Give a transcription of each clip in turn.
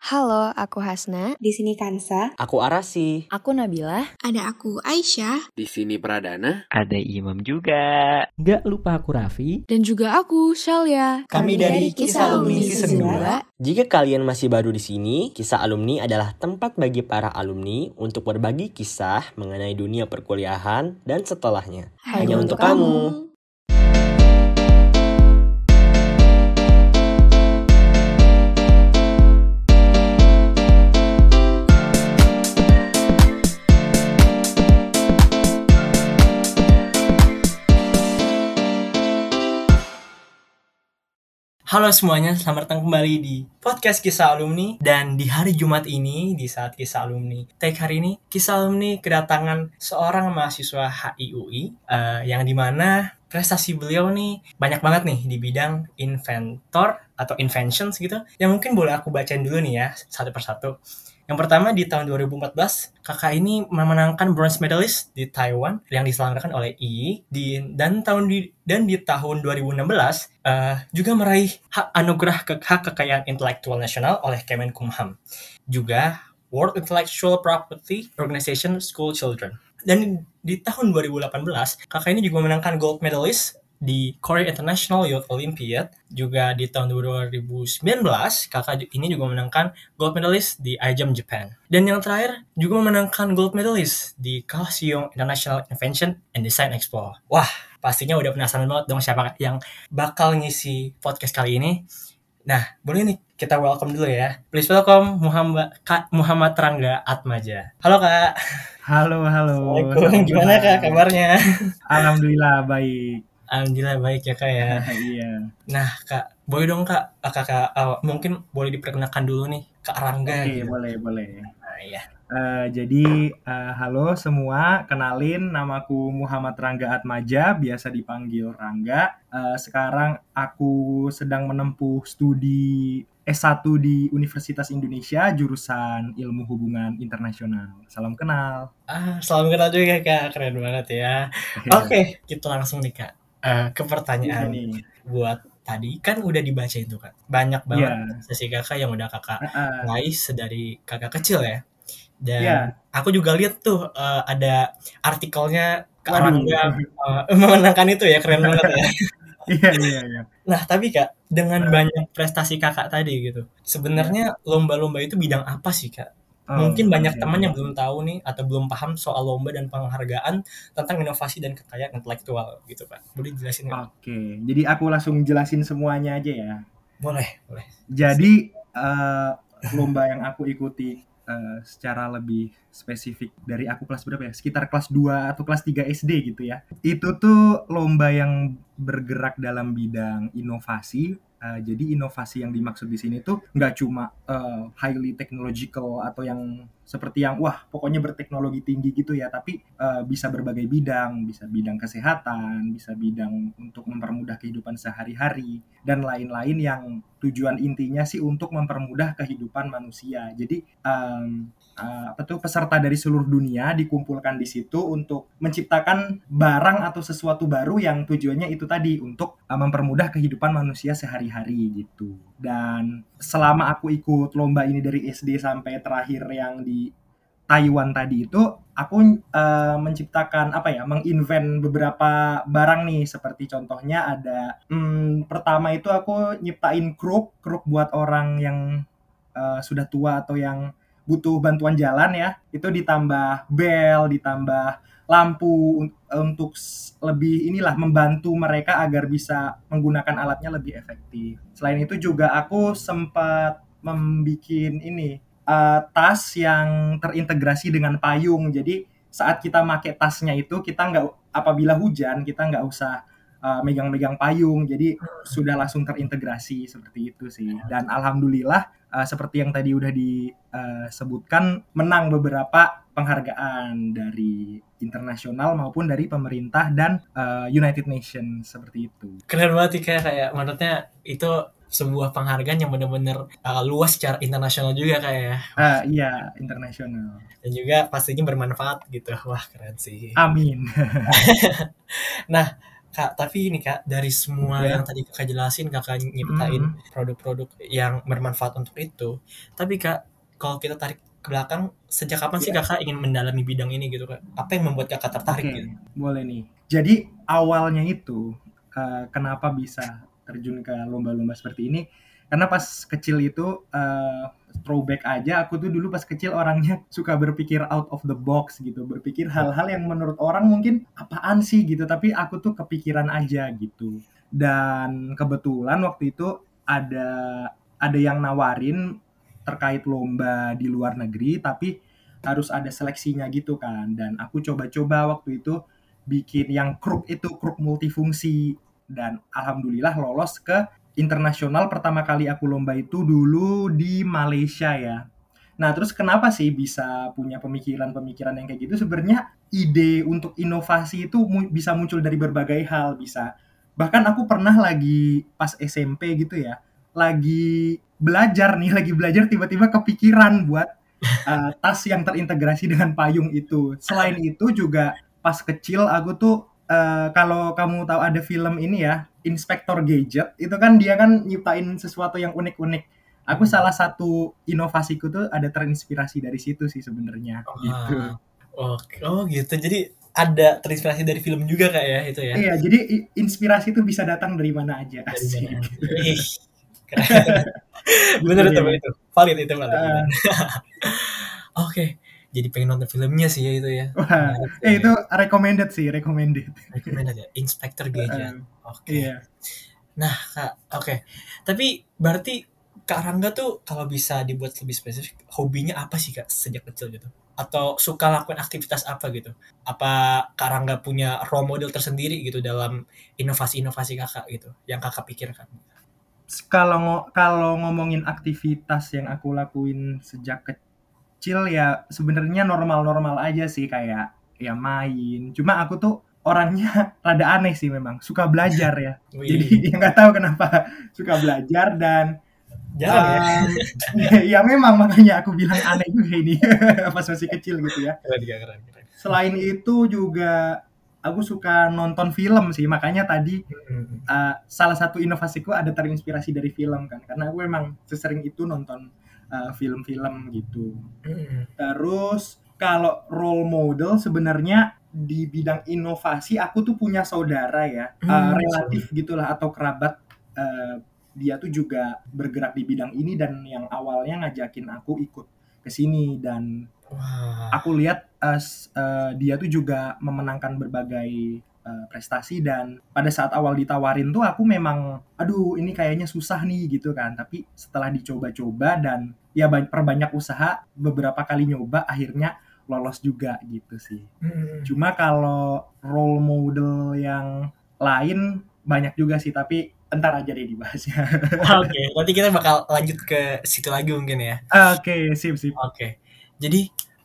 Halo, aku Hasna. Di sini Kansa. Aku Arasi. Aku Nabila. Ada aku Aisyah. Di sini Pradana. Ada Imam juga. Nggak lupa aku Raffi. Dan juga aku Shalia. Kami dari Kisah Alumni Season 2. Jika kalian masih baru di sini, Kisah Alumni adalah tempat bagi para alumni untuk berbagi kisah mengenai dunia perkuliahan dan setelahnya. Hanya untuk kamu. Halo semuanya, selamat datang kembali di podcast Kisah Alumni. Dan di hari Jumat ini, di saat Kisah Alumni take hari ini, Kisah Alumni kedatangan seorang mahasiswa HIUI yang dimana prestasi beliau nih banyak banget nih di bidang inventor atau inventions gitu. Yang mungkin boleh aku bacain dulu nih ya, satu persatu. Yang pertama, di tahun 2014, kakak ini memenangkan bronze medalist di Taiwan yang diselenggarakan oleh II. Dan di tahun 2016 juga meraih anugerah hak kekayaan intelektual nasional oleh Kemenkumham. Juga World Intellectual Property Organization School Children. Dan di tahun 2018, kakak ini juga memenangkan gold medalist di Korea International Youth Olympiad. Juga di tahun 2019, kakak ini juga memenangkan gold medalist di IJAM Japan. Dan yang terakhir, juga memenangkan gold medalist di Kaohsiung International Invention and Design Expo. Wah, pastinya udah penasaran banget dong siapa yang bakal ngisi podcast kali ini. Nah, boleh nih kita welcome dulu ya. Please welcome Muhammad Rangga Atmaja. Halo Kak. Halo. Assalamualaikum. Gimana Kak kabarnya? Alhamdulillah baik. Alhamdulillah baik ya Kak ya. Iya. Nah Kak, boleh dong Kak, mungkin boleh diperkenalkan dulu nih Kak Rangga. Oke, gitu. boleh. Nah, iya. Jadi halo semua, kenalin namaku Muhammad Rangga Atmaja, biasa dipanggil Rangga. Sekarang aku sedang menempuh studi S1 di Universitas Indonesia, jurusan Ilmu Hubungan Internasional. Salam kenal. Salam kenal juga Kak, keren banget ya. Oke, kita langsung nih Kak ke pertanyaan buat tadi kan udah dibaca itu Kak. Banyak banget sesi kakak yang udah kakak raih sedari kakak kecil ya. Dan aku juga lihat tuh ada artikelnya Kak Rangga memenangkan itu ya, keren banget ya. Iya. Nah tapi Kak, dengan banyak prestasi kakak tadi gitu, sebenarnya lomba-lomba itu bidang apa sih Kak? Mungkin banyak teman yang belum tahu nih atau belum paham soal lomba dan penghargaan tentang inovasi dan kekayaan intelektual gitu Pak. Boleh jelasin nggak? Oke, jadi aku langsung jelasin semuanya aja ya. Boleh. Jadi lomba yang aku ikuti secara lebih spesifik dari aku kelas berapa ya? Sekitar kelas 2 atau kelas 3 SD gitu ya. Itu tuh lomba yang bergerak dalam bidang inovasi. Jadi inovasi yang dimaksud di sini tuh nggak cuma highly technological atau yang seperti yang pokoknya berteknologi tinggi gitu ya, tapi bisa berbagai bidang, bisa bidang kesehatan, bisa bidang untuk mempermudah kehidupan sehari-hari dan lain-lain yang tujuan intinya sih untuk mempermudah kehidupan manusia. Jadi peserta dari seluruh dunia dikumpulkan di situ untuk menciptakan barang atau sesuatu baru yang tujuannya itu tadi untuk mempermudah kehidupan manusia sehari-hari gitu. Dan selama aku ikut lomba ini dari SD sampai terakhir yang di Taiwan tadi itu, aku menciptakan menginvent beberapa barang nih, seperti contohnya ada pertama itu aku nyiptain kruk buat orang yang sudah tua atau yang butuh bantuan jalan ya, itu ditambah bel, ditambah lampu untuk lebih membantu mereka agar bisa menggunakan alatnya lebih efektif. Selain itu juga aku sempat membuat tas yang terintegrasi dengan payung. Jadi saat kita pakai tasnya itu apabila hujan kita nggak usah megang-megang payung, jadi sudah langsung terintegrasi seperti itu sih. Dan alhamdulillah seperti yang tadi udah disebutkan, menang beberapa penghargaan dari internasional maupun dari pemerintah dan United Nations seperti itu. Keren banget kayak maksudnya itu sebuah penghargaan yang benar-benar luas secara internasional juga kayak. Iya, internasional. Dan juga pastinya bermanfaat gitu. Wah, keren sih. Amin. Nah, Kak, tapi ini Kak, dari semua Ya. yang tadi Kakak jelasin, Kakak nyiptain produk-produk yang bermanfaat untuk itu. Tapi Kak, kalau kita tarik ke belakang, sejak kapan sih Ya. Kakak ingin mendalami bidang ini gitu Kak? Apa yang membuat Kakak tertarik Oke, gitu? boleh nih. Jadi awalnya itu kenapa bisa terjun ke lomba-lomba seperti ini? Karena pas kecil itu throwback aja, aku tuh dulu pas kecil orangnya suka berpikir out of the box gitu, berpikir hal-hal yang menurut orang mungkin apaan sih gitu, tapi aku tuh kepikiran aja gitu. Dan kebetulan waktu itu ada yang nawarin terkait lomba di luar negeri, tapi harus ada seleksinya gitu kan. Dan aku coba-coba waktu itu bikin yang kruk multifungsi, dan alhamdulillah lolos ke internasional. Pertama kali aku lomba itu dulu di Malaysia ya. Nah, terus kenapa sih bisa punya pemikiran-pemikiran yang kayak gitu? Sebenarnya ide untuk inovasi itu bisa muncul dari berbagai hal, bisa. Bahkan aku pernah lagi pas SMP gitu ya, lagi lagi belajar tiba-tiba kepikiran buat tas yang terintegrasi dengan payung itu. Selain itu juga pas kecil aku tuh kalau kamu tahu ada film ini ya, Inspector Gadget, itu kan dia kan nyiptain sesuatu yang unik-unik. Aku salah satu inovasiku tuh ada terinspirasi dari situ sih sebenarnya. Gitu. Oh gitu. Jadi ada terinspirasi dari film juga Kak ya itu ya? Iya, jadi inspirasi itu bisa datang dari mana aja. Dari Asik. mana? Ih, keren. Bener Gitu itu, deh. itu. Valid itu, valid. Oke. Jadi pengen nonton filmnya sih ya itu ya. Wah, itu recommended sih, recommended. Recommended ya. Inspector Gadget. Oke. Iya. Nah, Kak, oke. Tapi berarti Kak Rangga tuh kalau bisa dibuat lebih spesifik, hobinya apa sih Kak sejak kecil gitu? Atau suka lakukan aktivitas apa gitu? Apa Kak Rangga punya role model tersendiri gitu dalam inovasi-inovasi Kakak gitu, yang Kakak pikirkan? Kalau ngomongin aktivitas yang aku lakuin sejak kecil ya sebenarnya normal-normal aja sih, kayak ya main. Cuma aku tuh orangnya rada aneh sih, memang suka belajar ya. Jadi ya nggak tahu kenapa suka belajar dan Jarang ya. ya memang makanya aku bilang aneh juga ini pas masih kecil gitu ya. Keren. Selain itu juga aku suka nonton film sih, makanya tadi salah satu inovasiku ada terinspirasi dari film kan, karena aku memang sesering itu nonton film-film gitu. Terus kalau role model sebenarnya di bidang inovasi aku tuh punya saudara ya, relatif gitulah atau kerabat, dia tuh juga bergerak di bidang ini dan yang awalnya ngajakin aku ikut ke sini. Dan aku lihat dia tuh juga memenangkan berbagai prestasi, dan pada saat awal ditawarin tuh aku memang aduh ini kayaknya susah nih gitu kan, tapi setelah dicoba-coba dan ya perbanyak usaha, beberapa kali nyoba akhirnya lolos juga gitu sih. Cuma kalau role model yang lain banyak juga sih, tapi entar aja deh dibahasnya. Oke, nanti kita bakal lanjut ke situ lagi mungkin ya. Oke, sip. Oke, jadi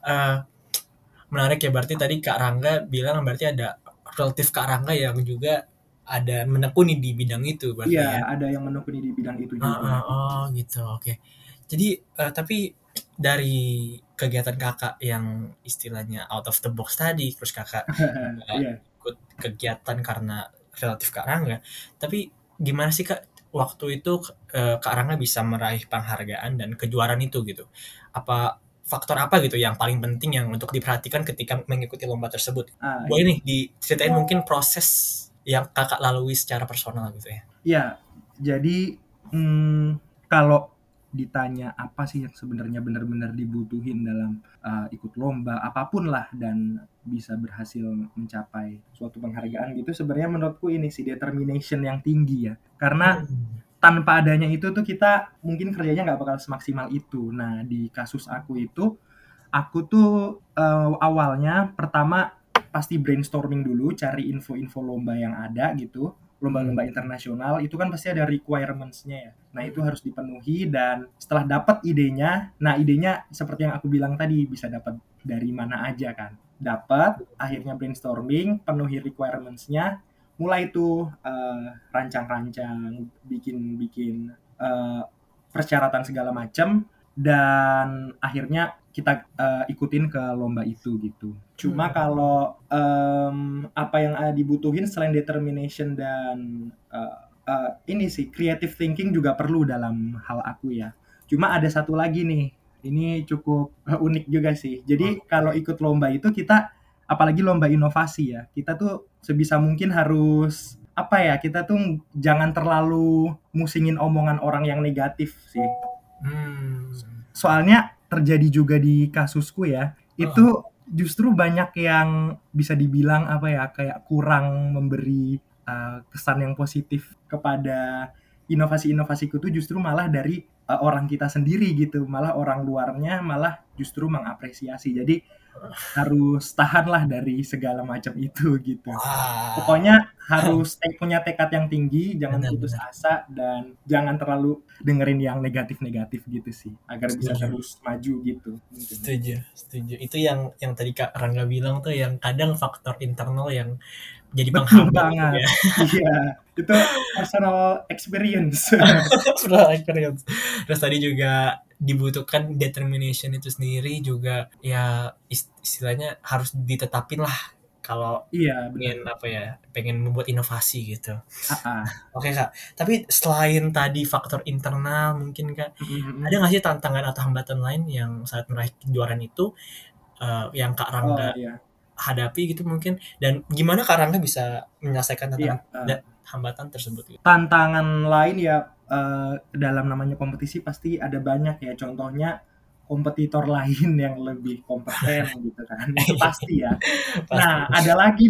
menarik ya, berarti tadi Kak Rangga bilang berarti ada relatif Kak Rangga yang juga ada menekuni di bidang itu berarti ya. Iya, ada yang menekuni di bidang itu juga. Oh gitu, oke. Jadi tapi dari kegiatan Kakak yang istilahnya out of the box tadi, terus Kakak ikut kegiatan karena relatif Kak Rangga, tapi gimana sih Kak waktu itu Kak Rangga bisa meraih penghargaan dan kejuaraan itu gitu? Apa faktor apa gitu yang paling penting yang untuk diperhatikan ketika mengikuti lomba tersebut? Boleh nih diceritain mungkin proses yang Kakak lalui secara personal gitu ya? Iya, jadi kalau ditanya apa sih yang sebenarnya benar-benar dibutuhin dalam ikut lomba apapun lah dan bisa berhasil mencapai suatu penghargaan gitu, sebenarnya menurutku ini sih determination yang tinggi ya, karena tanpa adanya itu tuh kita mungkin kerjanya nggak bakal semaksimal itu. Nah di kasus aku itu, aku tuh awalnya pertama pasti brainstorming dulu, cari info-info lomba yang ada gitu. Lomba-lomba internasional itu kan pasti ada requirements-nya ya. Nah itu harus dipenuhi, dan setelah dapat idenya, nah idenya seperti yang aku bilang tadi bisa dapat dari mana aja kan. Dapat, akhirnya brainstorming, penuhi requirements-nya, mulai tuh rancang-rancang, bikin persyaratan segala macam. dan akhirnya kita ikutin ke lomba itu gitu. Cuma kalau apa yang dibutuhin selain determination dan ini sih creative thinking juga perlu dalam hal aku ya. Cuma ada satu lagi nih, ini cukup unik juga sih. Jadi kalau ikut lomba itu kita, apalagi lomba inovasi ya, kita tuh sebisa mungkin harus kita tuh jangan terlalu musingin omongan orang yang negatif sih. Soalnya terjadi juga di kasusku ya, itu justru banyak yang bisa dibilang kayak kurang memberi kesan yang positif kepada inovasi-inovasiku tuh, justru malah dari orang kita sendiri gitu, malah orang luarnya malah justru mengapresiasi. Jadi harus tahanlah dari segala macam itu gitu. Pokoknya harus punya tekad yang tinggi, jangan putus asa, dan jangan terlalu dengerin yang negatif-negatif gitu sih, agar bisa terus maju gitu. Setuju. Itu yang tadi Kak Rangga bilang tuh, yang kadang faktor internal yang jadi Betul penghambat banget. ya. Iya, itu personal experience. Terus tadi juga dibutuhkan determination itu sendiri juga ya, istilahnya harus ditetapin lah kalau Iya, pengen membuat inovasi gitu. Oke Kak, tapi selain tadi faktor internal mungkin Kak, ada nggak sih tantangan atau hambatan lain yang saat meraih kejuaraan itu yang Kak Rangga hadapi gitu mungkin, dan gimana Kak Rangga bisa menyelesaikan tantangan dan hambatan tersebut gitu? Tantangan lain ya, dalam namanya kompetisi pasti ada banyak ya, contohnya kompetitor lain yang lebih kompeten gitu kan, itu pasti ya. Nah, ada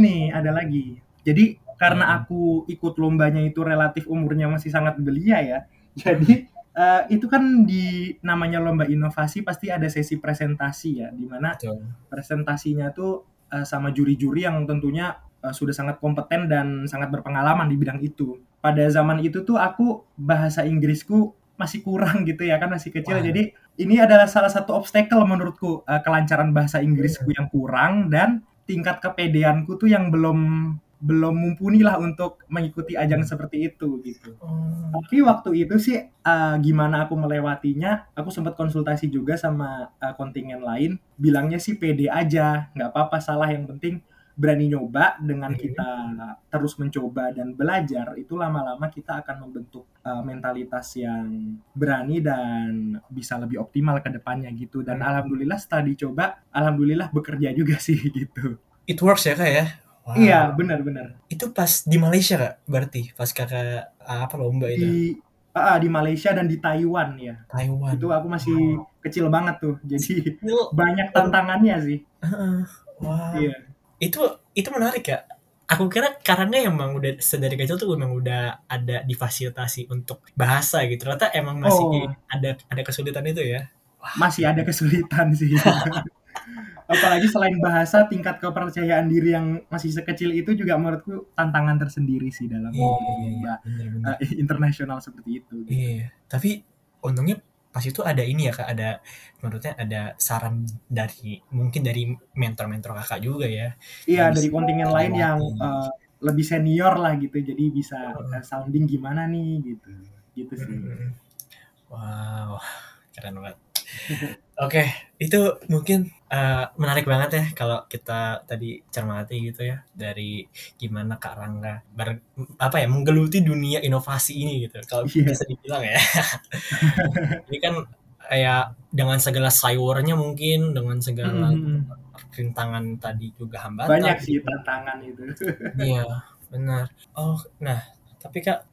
lagi. Jadi karena aku ikut lombanya itu relatif umurnya masih sangat belia ya, jadi itu kan di namanya lomba inovasi pasti ada sesi presentasi ya, di mana presentasinya tuh sama juri-juri yang tentunya sudah sangat kompeten dan sangat berpengalaman di bidang itu. Pada zaman itu tuh aku bahasa Inggrisku masih kurang gitu ya kan, masih kecil. Jadi ini adalah salah satu obstacle menurutku, kelancaran bahasa Inggrisku yang kurang dan tingkat kepedeanku tuh yang belum mumpuni lah untuk mengikuti ajang seperti itu gitu. Tapi waktu itu sih gimana aku melewatinya, aku sempat konsultasi juga sama kontingen lain, bilangnya sih pede aja, nggak apa-apa salah, yang penting berani nyoba. Dengan kita terus mencoba dan belajar, itu lama-lama kita akan membentuk mentalitas yang berani dan bisa lebih optimal ke depannya gitu. Dan alhamdulillah setelah dicoba, alhamdulillah bekerja juga sih gitu. It works ya Kak ya? Wow. Iya, benar. Itu pas di Malaysia Kak, berarti pas Kakak lomba itu? Di Malaysia dan di Taiwan ya. Taiwan. Itu aku masih kecil banget tuh, jadi banyak tantangannya sih. Iya. Itu menarik ya. Aku kira karena emang udah sedari kecil tuh memang udah ada difasilitasi untuk bahasa gitu. Ternyata emang masih ada kesulitan itu ya. Masih ada kesulitan sih. Apalagi selain bahasa, tingkat kepercayaan diri yang masih sekecil itu juga menurutku tantangan tersendiri sih dalam lomba internasional seperti itu. Iya. Tapi untungnya pas itu ada ini ya Kak, menurutnya ada saran dari mentor-mentor Kakak juga ya. Iya, dari kontingen lain yang lebih senior lah gitu, jadi bisa sounding gimana nih gitu sih. Wow, keren banget. Oke, itu mungkin menarik banget ya kalau kita tadi cermati gitu ya, dari gimana Kak Rangga menggeluti dunia inovasi ini gitu, kalau bisa dibilang ya. Ini kan kayak dengan segala sayurnya mungkin, dengan segala rintangan tadi juga hambatan. Banyak sih tantangan itu. Iya, benar. Nah, tapi Kak,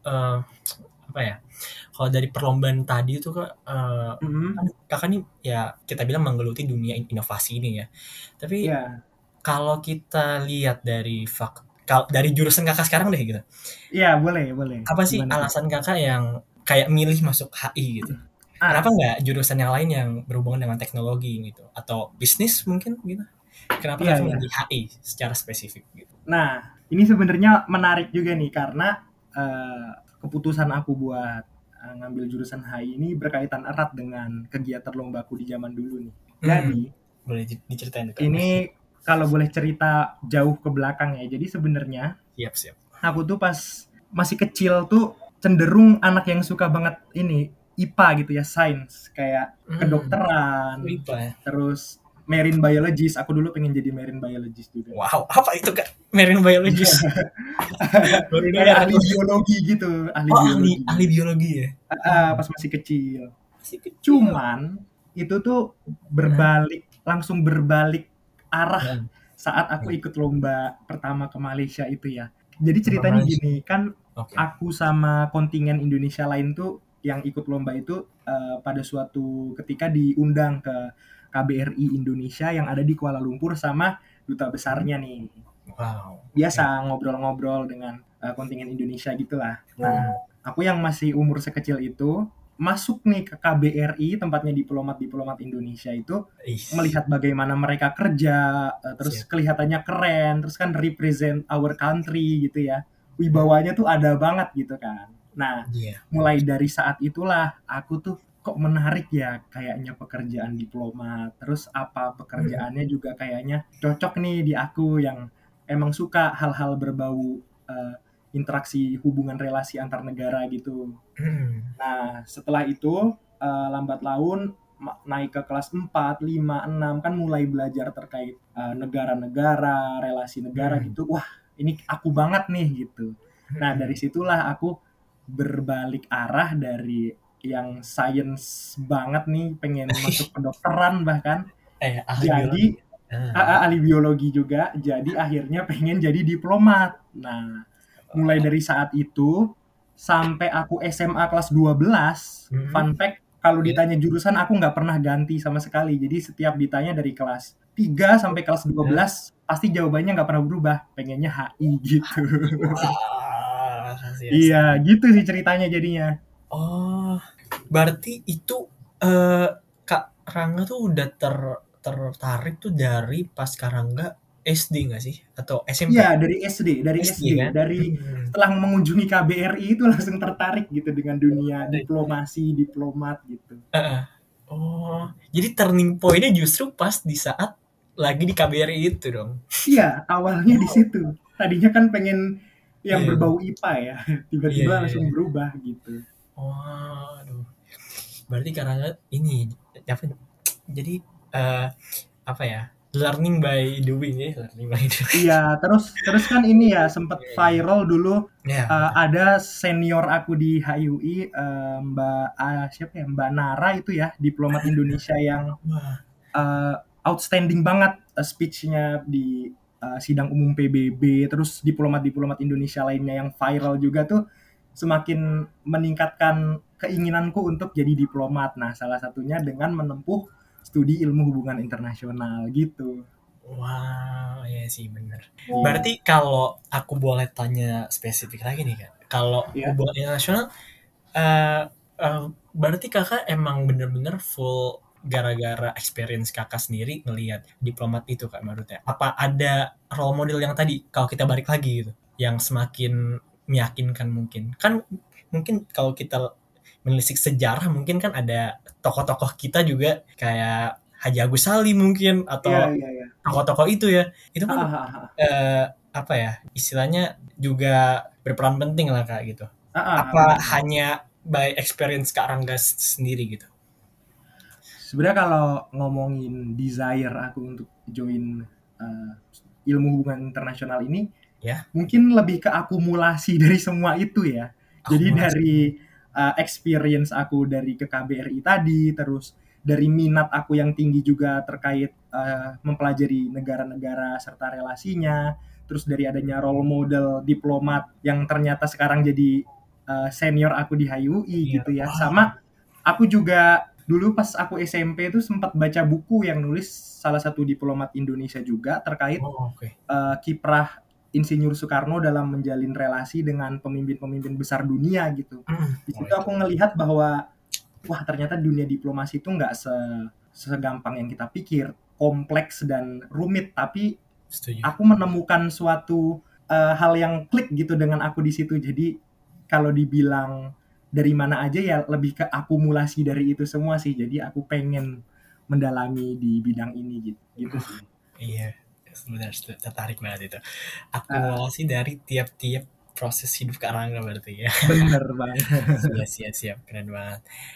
kalau dari perlombaan tadi itu Kak, kan Kakak nih ya kita bilang menggeluti dunia inovasi ini ya. Tapi kalau kita lihat dari jurusan Kakak sekarang deh gitu. Iya, boleh. Apa sih alasan Kakak yang kayak milih masuk HI gitu? Kenapa nggak jurusan yang lain yang berhubungan dengan teknologi gitu? Atau bisnis mungkin gitu? Kenapa Kakak milih HI secara spesifik gitu? Nah, ini sebenarnya menarik juga nih, karena keputusan aku buat ngambil jurusan HI ini berkaitan erat dengan kegiatan lombaku di zaman dulu nih. Jadi, boleh diceritain Kak? Ini kalau boleh cerita jauh ke belakang ya. Jadi sebenarnya siap. Aku tuh pas masih kecil tuh cenderung anak yang suka banget IPA gitu ya, sains kayak kedokteran, IPA ya. terus marine biologist. Aku dulu pengen jadi marine biologist juga. Wow, apa itu Kak? Marine biologist. Baru Kayak dengar ahli aku. biologi gitu, ahli Oh, biologi. ahli biologi ya. Pas masih kecil. Masih kecil. Cuman itu tuh langsung berbalik arah saat aku ikut lomba pertama ke Malaysia itu ya. Jadi ceritanya Malaysia. gini, kan Oke. aku sama kontingen Indonesia lain tuh yang ikut lomba itu pada suatu ketika diundang ke KBRI Indonesia yang ada di Kuala Lumpur sama duta besarnya nih. Wow. Biasa ngobrol-ngobrol dengan kontingen Indonesia gitulah. Nah, aku yang masih umur sekecil itu masuk nih ke KBRI, tempatnya diplomat-diplomat Indonesia itu, melihat bagaimana mereka kerja, terus kelihatannya keren, terus kan represent our country gitu ya. Wibawanya tuh ada banget gitu kan. Nah, mulai dari saat itulah aku tuh kok menarik ya kayaknya pekerjaan diplomat. Terus apa pekerjaannya juga kayaknya cocok nih di aku yang emang suka hal-hal berbau interaksi hubungan relasi antar negara gitu. Nah, setelah itu lambat laun naik ke kelas 4, 5, 6 kan mulai belajar terkait negara-negara, relasi negara gitu. Wah, ini aku banget nih gitu. Nah, dari situlah aku berbalik arah dari yang sains banget nih, pengen masuk kedokteran bahkan. Jadi ahli biologi juga, jadi akhirnya pengen jadi diplomat. Nah, mulai dari saat itu sampai aku SMA kelas 12, fun fact, kalau ditanya jurusan aku nggak pernah ganti sama sekali. Jadi setiap ditanya dari kelas 3 sampai kelas 12, pasti jawabannya nggak pernah berubah. Pengennya HI gitu. Iya, gitu sih ceritanya jadinya. Oh, berarti itu Kak Rangga tuh udah tertarik tuh dari pas Kak Rangga SD nggak sih? Atau SMP? Iya, dari SD. kan? Dari setelah mengunjungi KBRI itu langsung tertarik gitu dengan dunia diplomasi, diplomat gitu. Oh, jadi turning point-nya justru pas di saat lagi di KBRI itu dong. Iya, awalnya di situ. Tadinya kan pengen yang berbau IPA ya, tiba-tiba langsung berubah gitu. Waduh. Berarti karena ini jadi apa ya? Learning by doing ya, learning by doing. Iya, terus kan ini ya sempat viral dulu. Ada senior aku di HIUI, Mbak Nara itu ya, diplomat Indonesia yang outstanding banget speech-nya di sidang umum PBB. Terus diplomat-diplomat Indonesia lainnya yang viral juga tuh semakin meningkatkan keinginanku untuk jadi diplomat. Nah, salah satunya dengan menempuh studi ilmu hubungan internasional gitu. Wow, ya sih bener. Berarti kalau aku boleh tanya spesifik lagi nih Kak, kalau hubungan internasional, berarti kakak emang bener-bener full gara-gara experience kakak sendiri ngelihat diplomat itu Kak menurutnya? Apa ada role model yang tadi kalau kita balik lagi gitu, yang semakin meyakinkan mungkin? Kan mungkin kalau kita menelisik sejarah mungkin kan ada tokoh-tokoh kita juga kayak Haji Agus Salim mungkin atau tokoh-tokoh itu ya. Itu kan apa ya? Istilahnya juga berperan penting lah Kak gitu. Apa hanya by experience Kak Rangga sendiri gitu? Sebenarnya kalau ngomongin desire aku untuk join ilmu hubungan internasional ini, mungkin lebih ke akumulasi dari semua itu ya. Jadi dari experience aku dari ke KBRI tadi, terus dari minat aku yang tinggi juga terkait mempelajari negara-negara serta relasinya, terus dari adanya role model diplomat yang ternyata sekarang jadi senior aku di HIUI gitu ya. Sama aku juga dulu pas aku SMP itu sempat baca buku yang nulis salah satu diplomat Indonesia juga terkait kiprah Insinyur Soekarno dalam menjalin relasi dengan pemimpin-pemimpin besar dunia gitu. Di situ aku ngelihat bahwa wah ternyata dunia diplomasi itu nggak segampang yang kita pikir, kompleks dan rumit. Tapi aku menemukan suatu hal yang klik gitu dengan aku di situ. Jadi kalau dibilang dari mana aja ya lebih ke akumulasi dari itu semua sih. Jadi aku pengen mendalami di bidang ini gitu sih. Iya. Benar, tertarik banget itu. Akumulasi dari tiap-tiap proses hidup Kak Rangga berarti ya. Bener banget. Siap, keren banget.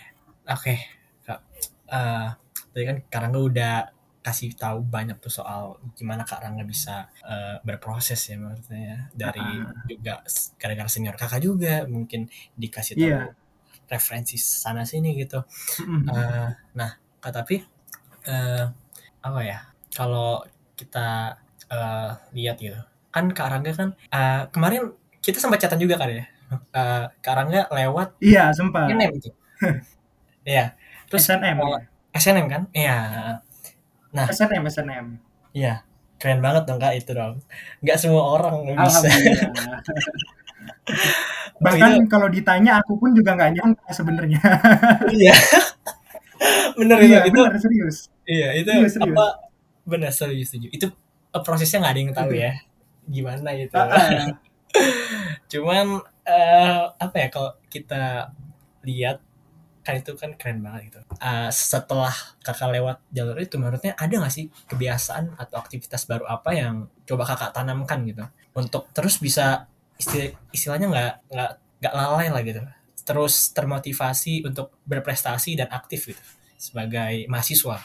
Oke, Kak. Tadi kan Kak Rangga udah kasih tahu banyak tuh soal gimana Kak Rangga bisa berproses ya maksudnya ya. Dari juga gara-gara senior Kakak juga mungkin dikasih tahu Iya. referensi sana sini gitu. Nah, Kak, tapi apa ya? Kalau kita lihat gitu, kan Kak Rangga kan kemarin kita sempat chatan juga kan ya. Kak Rangga lewat Iya, sempat. SNM gitu. Iya. Terus SNM. SNM kan? Iya. Nah, SNM. iya. Keren banget dong Kak itu dong. Nggak semua orang bisa. Alhamdulillah. Bahkan itu, kalau ditanya aku pun juga nggak nyangka sebenarnya. iya. Bener Iya, itu. benar serius. Iya, itu Serius. apa? Benar setuju. Itu prosesnya nggak ada yang tahu ya. Gimana gitu. Cuman apa ya kalau kita lihat kan itu kan keren banget gitu. Setelah Kakak lewat jalur itu menurutnya ada nggak sih kebiasaan atau aktivitas baru apa yang coba Kakak tanamkan gitu untuk terus bisa istilahnya nggak lalai lah gitu, terus termotivasi untuk berprestasi dan aktif gitu sebagai mahasiswa.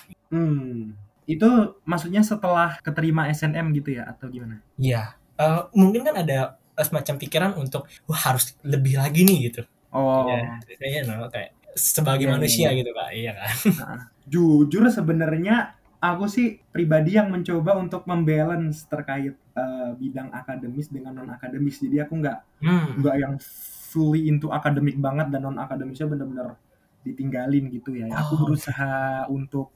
Itu maksudnya setelah keterima SNM gitu ya atau gimana? Iya, mungkin kan ada semacam pikiran untuk wah harus lebih lagi nih gitu. Oh. Ya, kayaknya kayak sebagai manusia gitu Kak, iya kan. Jujur sebenarnya aku sih pribadi yang mencoba untuk membalance terkait bidang akademis dengan non akademis. Jadi aku nggak yang fully into akademik banget dan non akademisnya benar-benar ditinggalin gitu ya. Aku berusaha untuk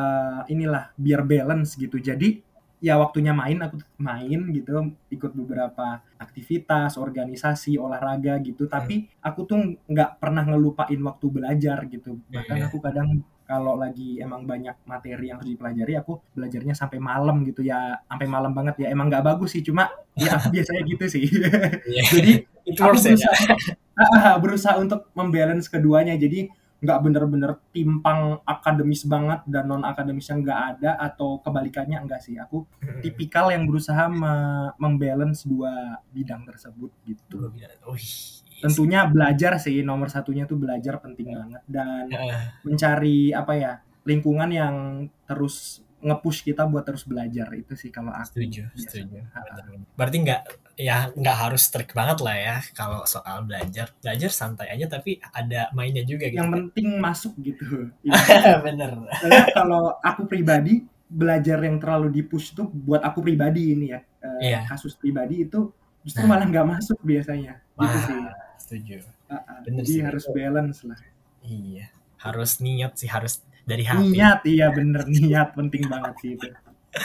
biar balance gitu. Jadi ya waktunya aku main gitu, ikut beberapa aktivitas, organisasi, olahraga gitu. Tapi aku tuh nggak pernah ngelupain waktu belajar gitu. Bahkan aku kadang kalau lagi emang banyak materi yang harus dipelajari, aku belajarnya sampai malam gitu ya, sampai malam banget ya. Emang nggak bagus sih, cuma ya aku biasanya gitu sih. Jadi aku berusaha untuk membalance keduanya. Jadi nggak bener-bener timpang akademis banget dan non akademisnya nggak ada, atau kebalikannya enggak sih. Aku tipikal yang berusaha membalance dua bidang tersebut gitu. Tentunya belajar sih, nomor satunya tuh belajar penting banget, dan mencari lingkungan yang terus nge-push kita buat terus belajar. Itu sih kalau aku. Setuju. Berarti nggak harus strict banget lah ya kalau soal belajar santai aja tapi ada mainnya juga gitu. Yang penting masuk gitu. Bener. Karena kalau aku pribadi, belajar yang terlalu di-push tuh buat aku pribadi ini ya, kasus pribadi itu justru malah nggak masuk biasanya. Gitu sih. Setuju. Jadi harus balance lah. Iya. Harus niat sih, harus dari hati. Niat, iya bener, niat penting banget sih itu.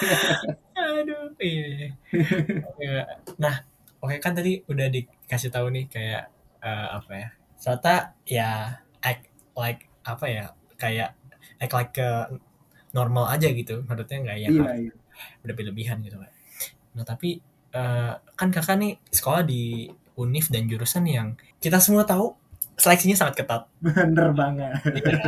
Aduh, iya. Nah, oke kan tadi udah dikasih tahu nih kayak ternyata ya act like normal aja gitu, menurutnya nggak yang berlebihan gitu kan. Nah tapi kan kakak nih sekolah di univ dan jurusan yang kita semua tahu seleksinya sangat ketat. Bener banget.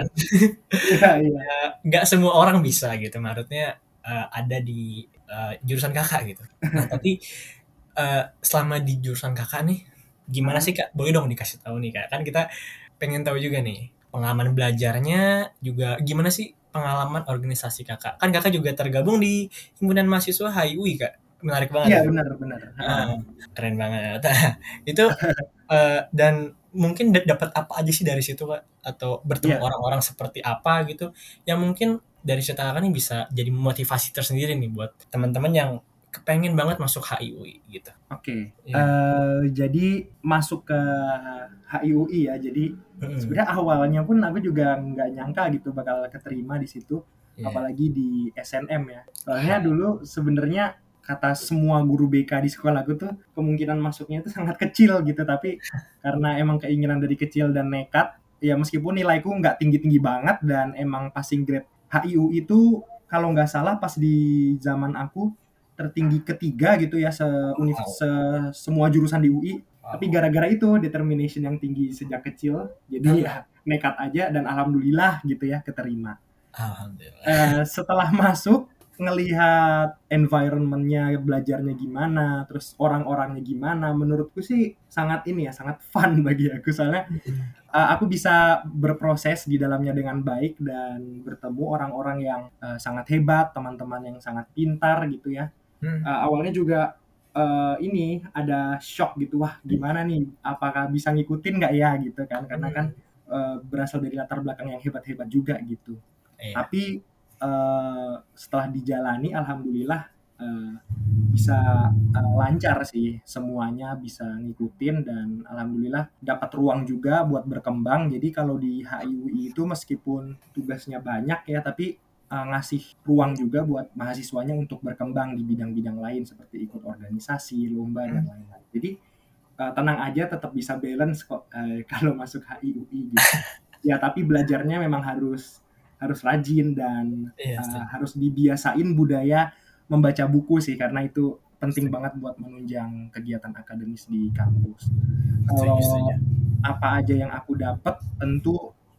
Iya. Nggak semua orang bisa gitu, maksudnya ada di jurusan kakak gitu. Nah tapi selama di jurusan kakak nih, gimana sih Kak? Boleh dong dikasih tahu nih Kak. Kan kita pengen tahu juga nih pengalaman belajarnya, juga gimana sih pengalaman organisasi kakak. Kan kakak juga tergabung di himpunan mahasiswa HIUI Kak. Menarik banget. Iya benar. Keren banget. Itu dan mungkin dapat apa aja sih dari situ Kak, atau bertemu orang-orang seperti apa gitu yang mungkin dari cerita Kakak nih bisa jadi motivasi tersendiri nih buat teman-teman yang kepengen banget masuk HIUI gitu. Oke. Jadi masuk ke HIUI ya. Jadi sebenarnya awalnya pun aku juga nggak nyangka gitu bakal keterima di situ, apalagi di SNM ya. Soalnya dulu sebenarnya kata semua guru BK di sekolah aku tuh kemungkinan masuknya itu sangat kecil gitu, tapi karena emang keinginan dari kecil dan nekat, ya meskipun nilaiku nggak tinggi-tinggi banget dan emang passing grade HIUI itu kalau nggak salah pas di zaman aku tertinggi ketiga gitu ya semua jurusan di UI. Tapi gara-gara itu determination yang tinggi sejak kecil, jadi ya nekat aja dan alhamdulillah gitu ya keterima. Alhamdulillah. Setelah masuk ngelihat environment-nya, belajarnya gimana, terus orang-orangnya gimana, menurutku sih sangat ini ya, sangat fun bagi aku. Soalnya aku bisa berproses di dalamnya dengan baik dan bertemu orang-orang yang sangat hebat, teman-teman yang sangat pintar gitu ya. Awalnya juga ini ada shock gitu, wah gimana nih, apakah bisa ngikutin nggak ya gitu kan, karena kan berasal dari latar belakang yang hebat-hebat juga gitu. Tapi setelah dijalani alhamdulillah bisa lancar sih, semuanya bisa ngikutin dan alhamdulillah dapat ruang juga buat berkembang. Jadi kalau di HIUI itu meskipun tugasnya banyak ya, tapi ngasih ruang juga buat mahasiswanya untuk berkembang di bidang-bidang lain seperti ikut organisasi, lomba dan lain-lain. Jadi tenang aja, tetap bisa balance kok kalau masuk HIUI gitu. Ya tapi belajarnya memang harus rajin dan harus dibiasain budaya membaca buku sih, karena itu penting banget buat menunjang kegiatan akademis di kampus. Kalau apa aja yang aku dapat, tentu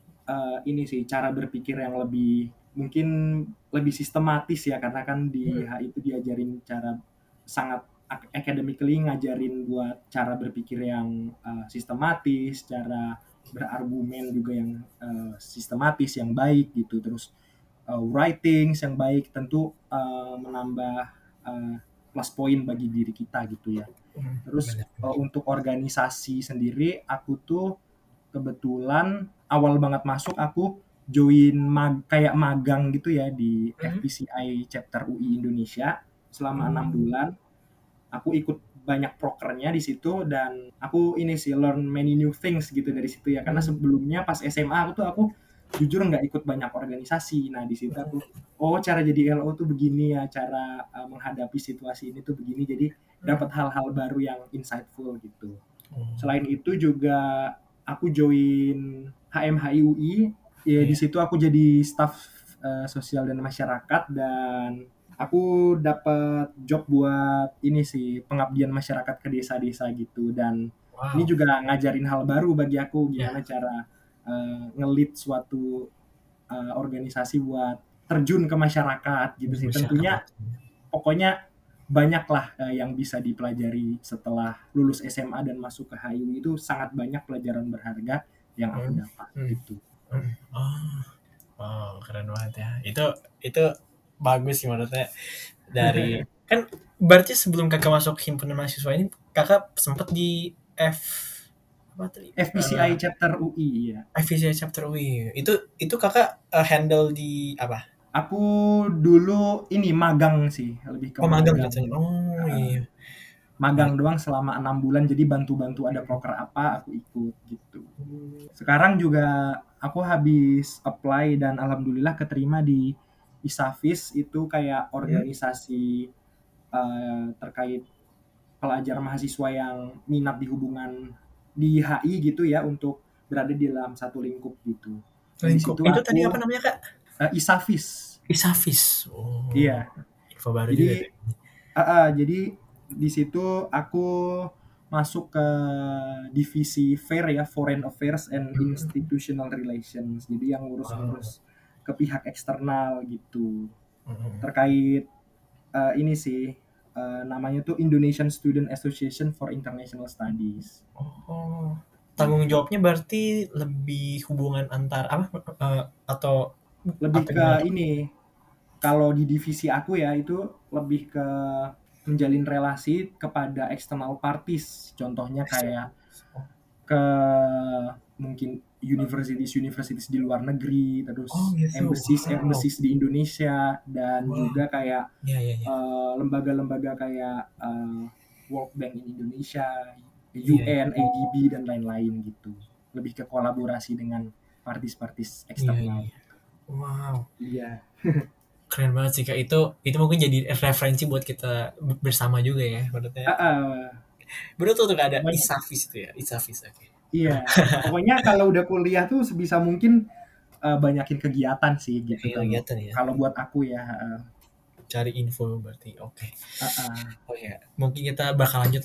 ini sih cara berpikir yang mungkin lebih sistematis ya, karena kan di HI itu diajarin cara sangat academically, ngajarin buat cara berpikir yang sistematis, cara berargumen juga yang sistematis, yang baik gitu. Terus writing yang baik tentu menambah plus point bagi diri kita gitu ya. Terus untuk organisasi sendiri, aku tuh kebetulan awal banget masuk aku join kayak magang gitu ya di FPCI Chapter UI Indonesia selama 6 bulan. Aku ikut banyak prokernya di situ dan aku ini sih learn many new things gitu dari situ ya, karena sebelumnya pas SMA aku jujur nggak ikut banyak organisasi. Nah di situ aku cara jadi LO tuh begini ya, cara menghadapi situasi ini tuh begini, jadi dapat hal-hal baru yang insightful gitu. Selain itu juga aku join HMHIUI ya, di situ aku jadi staff sosial dan masyarakat dan aku dapat job buat ini sih, pengabdian masyarakat ke desa-desa gitu. Dan ini juga ngajarin hal baru bagi aku, gimana cara nge-lead suatu organisasi buat terjun ke masyarakat gitu sih. Tentunya pokoknya banyak lah yang bisa dipelajari setelah lulus SMA dan masuk ke HIUI, itu sangat banyak pelajaran berharga yang aku dapat gitu. Wow, keren banget ya. Itu bagus sih menurutnya. Dari kan berarti sebelum kakak masuk himpunan mahasiswa ini, kakak sempat di FPCI Chapter UI ya. FPCI Chapter UI. Itu kakak handle di apa? Aku dulu ini magang sih, lebih ke magang katanya. Iya. Magang doang selama 6 bulan, jadi bantu-bantu ada proker apa aku ikut gitu. Sekarang juga aku habis apply dan alhamdulillah keterima di ISAFIS, itu kayak organisasi terkait pelajar mahasiswa yang minat di hubungan di HI gitu ya, untuk berada di dalam satu lingkup gitu. Lingkup. Itu tadi apa namanya kak? ISAFIS. ISAFIS. Iya. Info baru jadi, juga. Jadi di situ aku masuk ke divisi FAIR ya, Foreign Affairs and Institutional Relations. Jadi yang ngurus-ngurus ke pihak eksternal gitu. Terkait ini sih namanya tuh Indonesian Student Association for International Studies. Tanggung jawabnya berarti lebih hubungan antar atau lebih ke ini. Kalau di divisi aku ya, itu lebih ke menjalin relasi kepada external parties. Contohnya kayak ke mungkin universities di luar negeri, terus embassies di Indonesia, dan juga kayak lembaga-lembaga kayak World Bank in Indonesia, UN, ADB dan lain-lain gitu. Lebih ke kolaborasi dengan parties eksternal. Wow. Iya. Keren banget sih kak. Itu mungkin jadi referensi buat kita bersama juga ya menurutnya. Bener tuh ada ISAFIS itu ya, ISAFIS. Iya. Pokoknya kalau udah kuliah tuh sebisa mungkin banyakin kegiatan sih gitu. Kegiatan ya. Kalau buat aku ya. Cari info berarti. Oke. Oh ya, mungkin kita bakal lanjut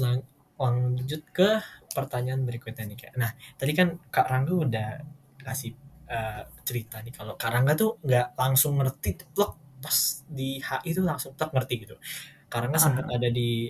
ke pertanyaan berikutnya nih kak. Nah, tadi kan Kak Rangga udah kasih cerita nih, kalau Kak Rangga tuh nggak langsung ngerti plek pas di HI itu langsung tak ngerti gitu. Karena sempat Ah, ada di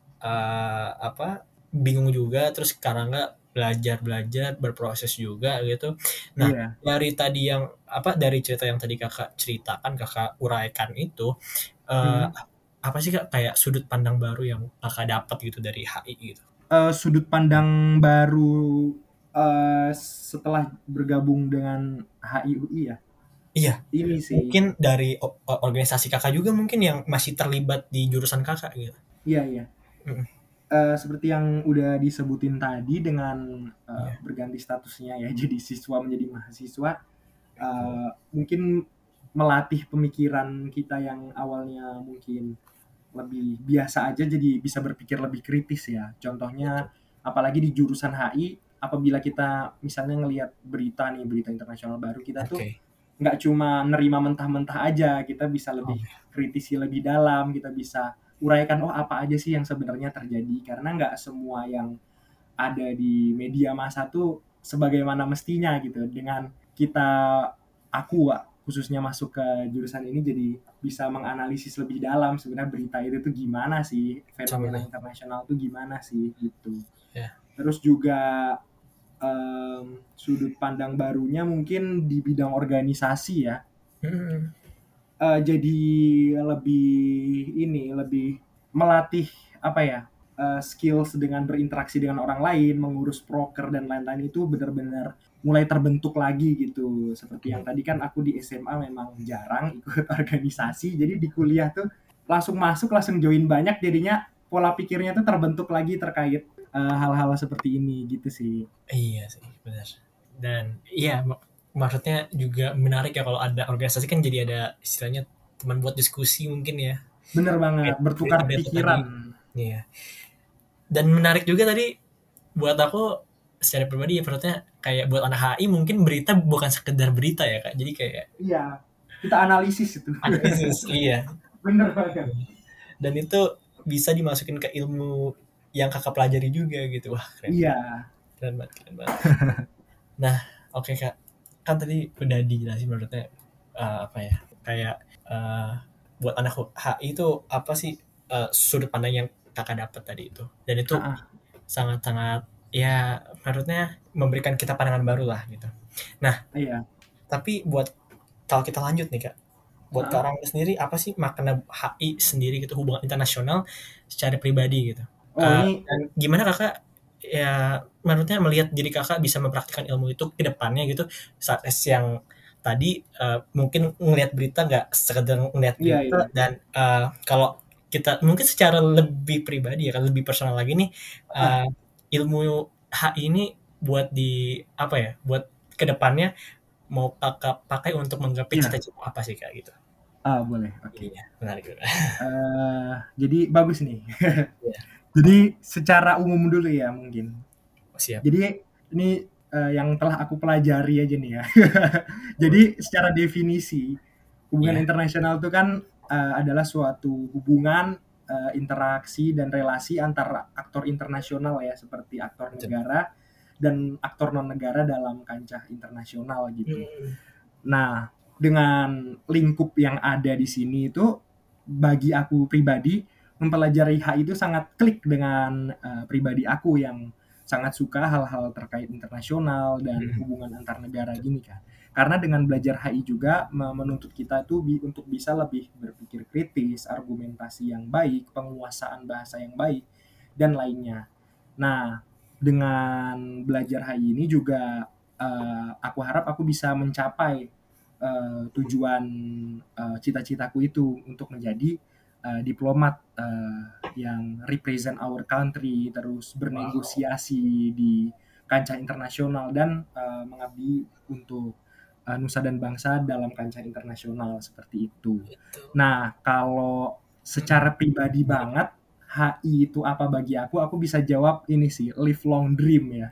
bingung juga, terus sekarang nggak belajar berproses juga gitu. Nah, iya. dari tadi dari cerita yang tadi kakak ceritakan, kakak uraikan itu, eh, Hmm. apa sih kak kayak sudut pandang baru yang kakak dapat gitu dari HI gitu? Sudut pandang baru setelah bergabung dengan HIUI ya. Iya, Ini sih, mungkin dari organisasi kakak juga mungkin yang masih terlibat di jurusan kakak gitu. iya iya. Mm, Seperti yang udah disebutin tadi dengan Iya, berganti statusnya ya jadi siswa menjadi mahasiswa, mungkin melatih pemikiran kita yang awalnya mungkin lebih biasa aja jadi bisa berpikir lebih kritis ya. betul. Contohnya apalagi di jurusan HI, apabila kita misalnya ngelihat berita nih, berita internasional baru, kita tuh Oke. nggak cuma nerima mentah-mentah aja, kita bisa Oh, lebih kritisi lebih dalam, kita bisa uraikan oh apa aja sih yang sebenarnya terjadi, karena nggak semua yang ada di media massa tuh sebagaimana mestinya gitu. Dengan kita, khususnya masuk ke jurusan ini jadi bisa menganalisis lebih dalam sebenarnya berita itu tuh gimana sih, sama fenomena deh. internasional tuh gimana sih gitu. Ya. Terus juga sudut pandang barunya mungkin di bidang organisasi ya. Mm, Jadi lebih melatih apa ya, skills dengan berinteraksi dengan orang lain, mengurus proker dan lain-lain itu benar-benar mulai terbentuk lagi gitu. Seperti yang tadi kan aku di SMA memang jarang ikut organisasi, jadi di kuliah tuh langsung masuk, langsung join banyak, jadinya pola pikirnya tuh terbentuk lagi terkait hal-hal seperti ini gitu sih. Iya sih, benar. Dan iya, maksudnya juga menarik ya kalau ada organisasi kan jadi ada istilahnya teman buat diskusi mungkin ya. Bener banget, Kayak bertukar berita-berita tadi. pikiran. Iya. Dan menarik juga tadi buat aku secara pribadi ya, maksudnya kayak buat anak HI mungkin berita bukan sekedar berita ya Kak. Jadi kayak Iya, kita analisis itu. analisis, iya. Bener banget. Dan itu bisa dimasukin ke ilmu yang kakak pelajari juga gitu. Wah, keren Iya, banget. Keren banget, keren banget. Nah, oke Kak. Kan tadi udah dijelasin menurutnya apa ya? Kayak buat anak HI itu apa sih sudut pandang yang kakak dapat tadi itu. Dan itu ah, sangat-sangat ya menurutnya memberikan kita pandangan baru lah gitu. Nah, iya. tapi kalau kita lanjut nih Kak, buat Kak Ah. Rangga sendiri apa sih makna HI sendiri gitu, hubungan internasional secara pribadi gitu? Oh ini, Dan gimana Kakak ya menurutnya melihat diri Kakak bisa mempraktikkan ilmu itu ke depannya gitu, saat yang tadi mungkin ngelihat berita nggak sekedar ngelihat iya berita, iya. dan kalau kita mungkin secara lebih pribadi ya kan lebih personal lagi nih, Ah, ilmu HI ini buat apa ya, buat ke depannya mau Kakak pakai untuk menggapai iya. cita-cita apa sih Kak gitu? Boleh. Oke. Iya, menarik juga. Jadi bagus nih. Iya, Jadi secara umum dulu ya mungkin. siap. Jadi ini yang telah aku pelajari aja nih ya. Jadi secara definisi hubungan Iya, internasional itu kan adalah suatu hubungan, interaksi dan relasi antara aktor internasional ya seperti aktor betul. negara dan aktor non negara dalam kancah internasional gitu. Hmm, Nah, dengan lingkup yang ada di sini itu bagi aku pribadi mempelajari HI itu sangat klik dengan pribadi aku yang sangat suka hal-hal terkait internasional dan hmm, hubungan antar negara betul. gini kan. Karena dengan belajar HI juga menuntut kita tuh untuk bisa lebih berpikir kritis, argumentasi yang baik, penguasaan bahasa yang baik dan lainnya. Nah, dengan belajar HI ini juga aku harap aku bisa mencapai tujuan cita-citaku itu untuk menjadi diplomat yang represent our country, terus Wow, bernegosiasi di kancah internasional dan mengabdi untuk nusa dan bangsa dalam kancah internasional seperti itu. itu. Nah, kalau Hmm, secara pribadi menarik. banget HI itu apa bagi aku bisa jawab ini sih, lifelong dream ya.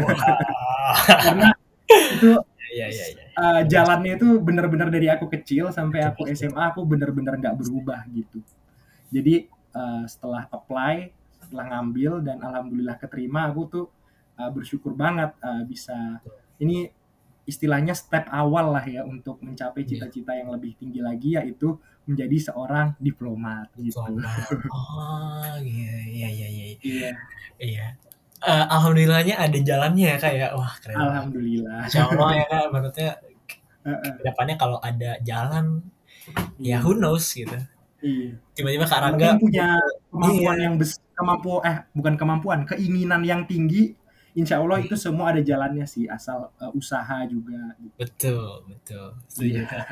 Wah. Karena itu Iya, iya, iya. Benar sih. jalannya itu benar-benar dari aku kecil sampai Betul, aku betul. SMA aku benar-benar nggak Pasti. berubah gitu. Jadi setelah apply, setelah ngambil dan alhamdulillah keterima, aku tuh bersyukur banget bisa ini istilahnya step awal lah ya untuk mencapai Iya, cita-cita yang lebih tinggi lagi yaitu menjadi seorang diplomat gitu. Diplomat. Oh, iya, iya, iya, iya. Iya, Iya. Alhamdulillahnya ada jalannya ya Kak ya. Wah, keren banget. alhamdulillah. Insya Allah ya Kak, maksudnya Heeh, kedepannya kalau ada jalan, ya iya. who knows gitu. Iya. Tiba-tiba Kak Yang Rangga, penting punya kemampuan iya, yang bukan kemampuan, keinginan yang tinggi, insya Allah itu semua ada jalannya sih, asal usaha juga. betul, betul. Setuju Iya, Kak.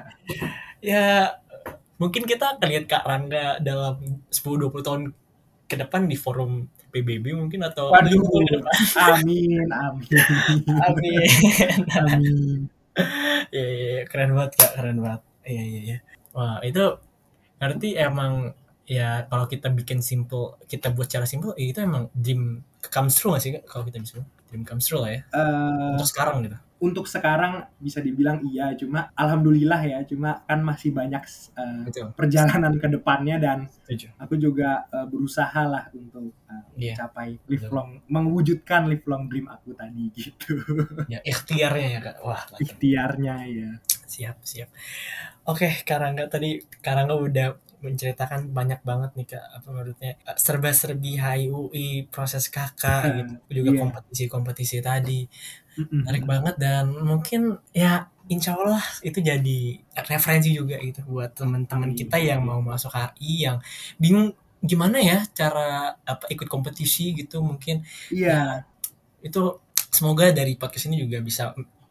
Ya, mungkin kita akan lihat Kak Rangga dalam 10-20 tahun ke depan di forum PBB mungkin atau 5 waduh, tahun ke depan. amin, amin, Amin. amin. Iya, iya, iya. Keren banget Kak, keren banget. Iya, iya, iya. Wah, itu berarti emang ya kalau kita bikin simple, kita buat cara simple, ya itu emang dream comes true gak sih Kak? Kalau kita bisa bilang dream comes true lah ya. Eh, Untuk sekarang gitu. untuk sekarang bisa dibilang iya, cuma alhamdulillah ya, cuma kan masih banyak Betul. perjalanan ke depannya dan Setuju. aku juga berusaha lah untuk Iya. mencapai mewujudkan lifelong dream aku tadi gitu. Ya, ikhtiarnya ya Kak. Wah, mantap. Ikhtiarnya ya. Siap, siap. Oke, Karangga tadi Karangga udah menceritakan banyak banget nih Kak, apa menurutnya serba-serbi HIUI, proses Kakak gitu, juga Iya. kompetisi-kompetisi tadi. Menarik Mm-mm. banget dan mungkin ya insya Allah itu jadi referensi juga gitu buat teman-teman Amin. kita yang mau masuk HI yang bingung gimana ya cara ikut kompetisi gitu mungkin. Iya. Itu semoga dari podcast ini juga bisa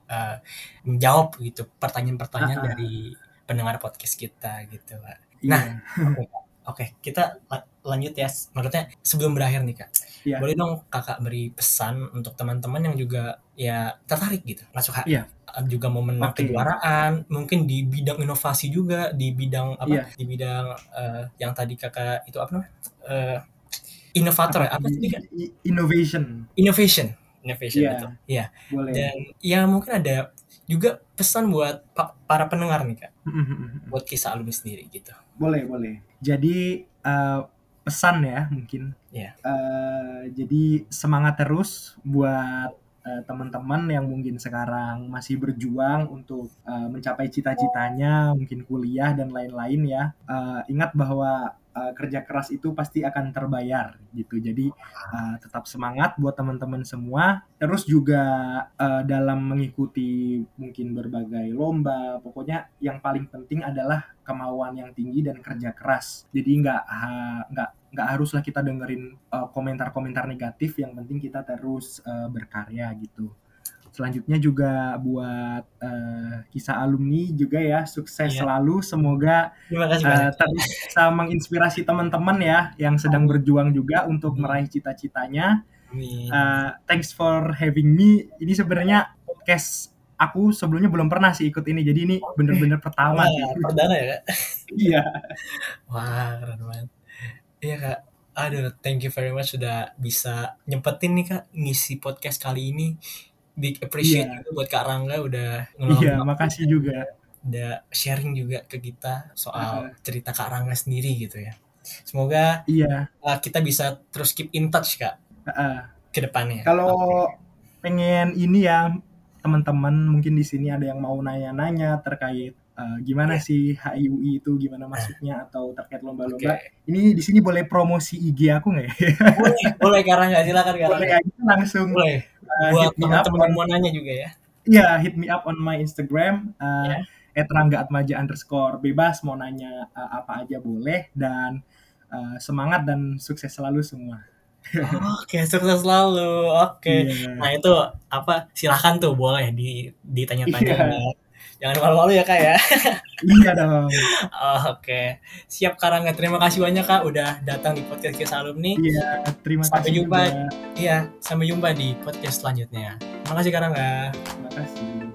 menjawab gitu pertanyaan-pertanyaan dari pendengar podcast kita gitu Kak. Nah, Iya. Oke, kita lanjut ya. Maksudnya sebelum berakhir nih Kak, Iya. boleh dong Kakak beri pesan untuk teman-teman yang juga ya tertarik gitu masuk HI, Iya. juga mau menang Oke. kejuaraan, mungkin di bidang inovasi juga, di bidang apa? Iya. Di bidang yang tadi Kakak itu apa namanya? Inovator ya? Apa sih Kak? Innovation. Innovation Iya. betul. Iya. Boleh. Dan ya mungkin ada juga pesan buat para pendengar nih Kak, buat kisah alumni sendiri gitu. Boleh. Jadi pesan ya mungkin. Iya. Jadi semangat terus buat teman-teman yang mungkin sekarang masih berjuang untuk mencapai cita-citanya, mungkin kuliah dan lain-lain ya. Ingat bahwa kerja keras itu pasti akan terbayar gitu. Jadi tetap semangat buat teman-teman semua. Terus juga dalam mengikuti mungkin berbagai lomba, pokoknya yang paling penting adalah kemauan yang tinggi dan kerja keras. Jadi nggak haruslah kita dengerin komentar-komentar negatif. Yang penting kita terus berkarya gitu. Selanjutnya juga buat kisah alumni juga ya, sukses selalu. Semoga Terima kasih banyak. terus bisa menginspirasi teman-teman ya yang sedang berjuang juga untuk meraih cita-citanya. Thanks for having me. Ini sebenarnya podcast aku sebelumnya belum pernah sih ikut ini, jadi ini bener-bener pertama sih. Perdana ya Kak? Iya. Wah, keren banget. Iya Kak. Aduh, thank you very much sudah bisa nyempetin nih Kak ngisi podcast kali ini. Big appreciate juga buat Kak Rangga udah Iya, makasih juga. Udah sharing juga ke kita soal cerita Kak Rangga sendiri gitu ya. Semoga kita bisa terus keep in touch Kak ke depannya. Kalau pengen ini ya teman-teman mungkin di sini ada yang mau nanya-nanya terkait gimana sih HIUI itu, gimana masuknya atau terkait lomba-lomba. Ini di sini boleh promosi IG aku nggak ya? Boleh Kak Rangga, silakan Kak Rangga. Boleh aja langsung. Boleh. Buat teman-teman yang mau nanya juga ya. Iya, hit me up on my Instagram @ranggaatmaja_. Bebas mau nanya apa aja boleh, dan semangat dan sukses selalu semua. Oke, sukses selalu. Oke. Nah itu apa? Silahkan tuh boleh ditanya-tanya. Jangan malu-malu ya Kak ya. Iya dong. Oke. Siap Kak Rangga. Terima kasih banyak Kak udah datang di podcast Kisah Alumni. Iya, terima kasih. Sampai jumpa. Juga. Iya, sampai jumpa di podcast selanjutnya. Terima kasih Kak Rangga. Terima kasih.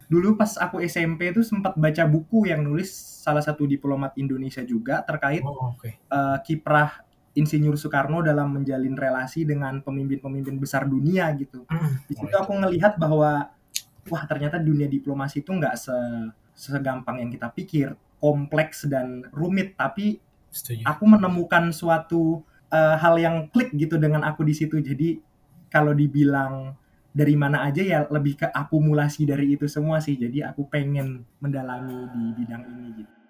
Dulu pas aku SMP itu sempat baca buku yang nulis salah satu diplomat Indonesia juga terkait Oh, oke. kiprah Insinyur Soekarno dalam menjalin relasi dengan pemimpin-pemimpin besar dunia gitu. Di situ aku ngelihat bahwa wah ternyata dunia diplomasi itu nggak segampang yang kita pikir, kompleks dan rumit. Tapi Setuju. aku menemukan suatu hal yang klik gitu dengan aku di situ. Jadi kalau dibilang dari mana aja ya lebih ke akumulasi dari itu semua sih. Jadi aku pengen mendalami di bidang ini gitu.